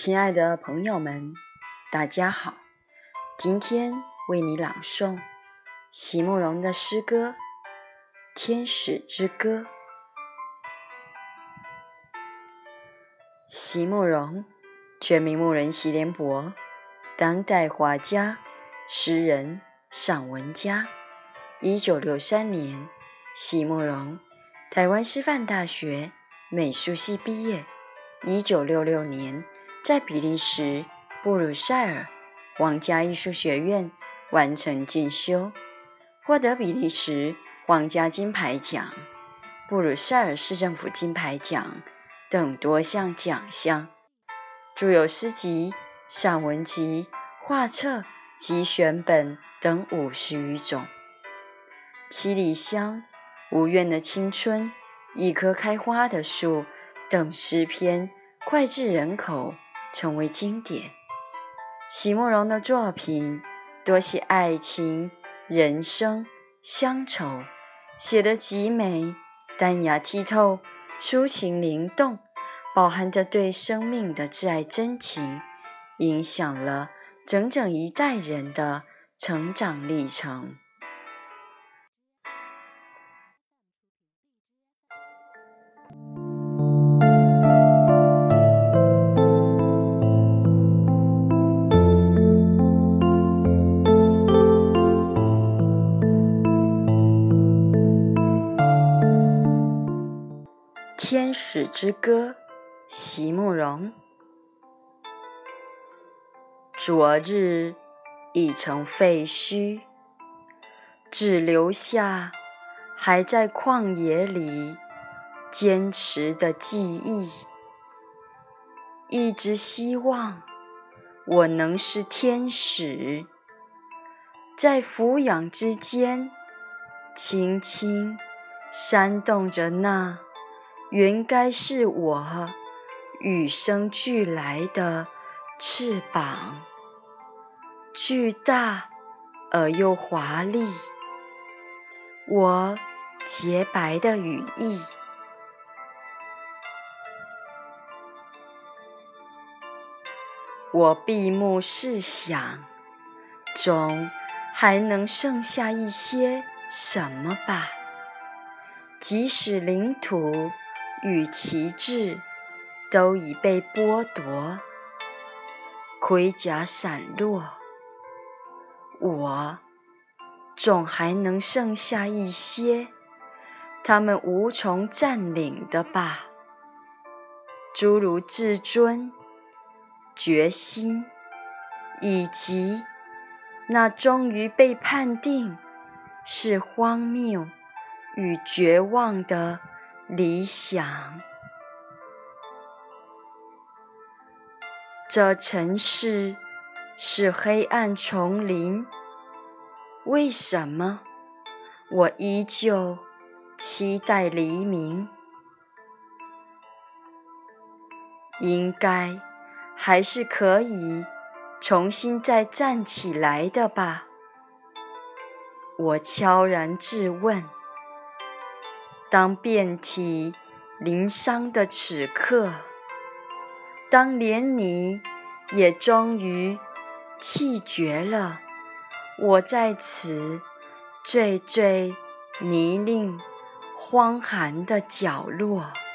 亲爱的朋友们，大家好，今天为你朗诵席慕容的诗歌《天使之歌》。席慕容，全名慕人席联博，当代画家、诗人、散文家。1963年，席慕容台湾师范大学美术系毕业。1966年，在比利时布鲁塞尔皇家艺术学院完成进修，获得比利时皇家金牌奖、布鲁塞尔市政府金牌奖等多项奖项，著有诗集、散文集、画册及选本等50余种。七里香、无怨的青春、一棵开花的树等诗篇脍炙人口，成为经典。席慕容的作品多写爱情、人生、乡愁，写得极美，淡雅剔透，抒情灵动，饱含着对生命的挚爱真情，影响了整整一代人的成长历程。天使之歌，席慕容。昨日已成废墟，只留下还在旷野里坚持的记忆。一直希望我能是天使，在俯仰之间，轻轻扇动着那原该是我与生俱来的翅膀，巨大而又华丽。我洁白的羽翼，我闭目试想，总还能剩下一些什么吧。即使领土与旗帜都已被剥夺，盔甲散落，我总还能剩下一些他们无从占领的吧，诸如自尊、决心，以及那终于被判定是荒谬与绝望的理想。这城市是黑暗丛林，为什么我依旧期待黎明？应该还是可以重新再站起来的吧，我悄然自问。当遍体鳞伤的此刻，当连你也终于气绝了，我在此最泥泞荒寒的角落。